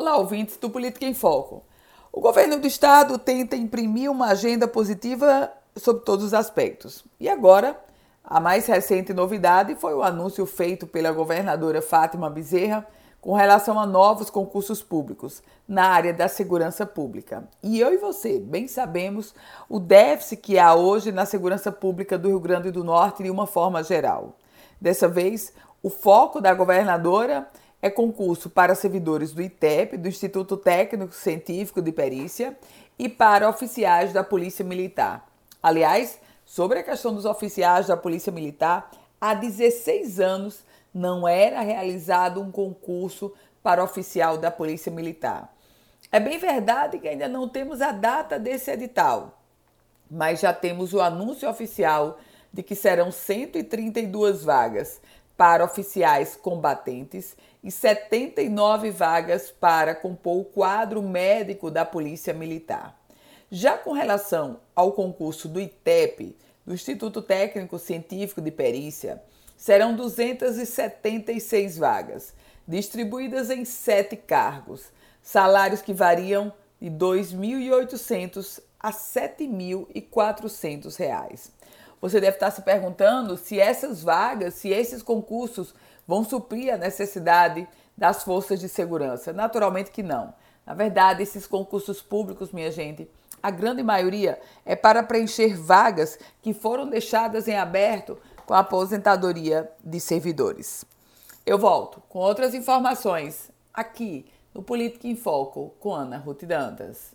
Olá, ouvintes do Política em Foco. O governo do estado tenta imprimir uma agenda positiva sobre todos os aspectos. E agora, a mais recente novidade foi o anúncio feito pela governadora Fátima Bezerra com relação a novos concursos públicos na área da segurança pública. E eu e você bem sabemos o déficit que há hoje na segurança pública do Rio Grande do Norte de uma forma geral. Dessa vez, o foco da governadora é concurso para servidores do ITEP, do Instituto Técnico Científico de Perícia, e para oficiais da Polícia Militar. Aliás, sobre a questão dos oficiais da Polícia Militar, há 16 anos não era realizado um concurso para oficial da Polícia Militar. É bem verdade que ainda não temos a data desse edital, mas já temos o anúncio oficial de que serão 132 vagas para oficiais combatentes e 79 vagas para compor o quadro médico da Polícia Militar. Já com relação ao concurso do ITEP, do Instituto Técnico Científico de Perícia, serão 276 vagas, distribuídas em 7 cargos, salários que variam de R$ 2.800 a R$ 7.400. Você deve estar se perguntando se essas vagas, se esses concursos vão suprir a necessidade das forças de segurança. Naturalmente que não. Na verdade, esses concursos públicos, minha gente, a grande maioria é para preencher vagas que foram deixadas em aberto com a aposentadoria de servidores. Eu volto com outras informações aqui no Política em Foco com Ana Ruth Dantas.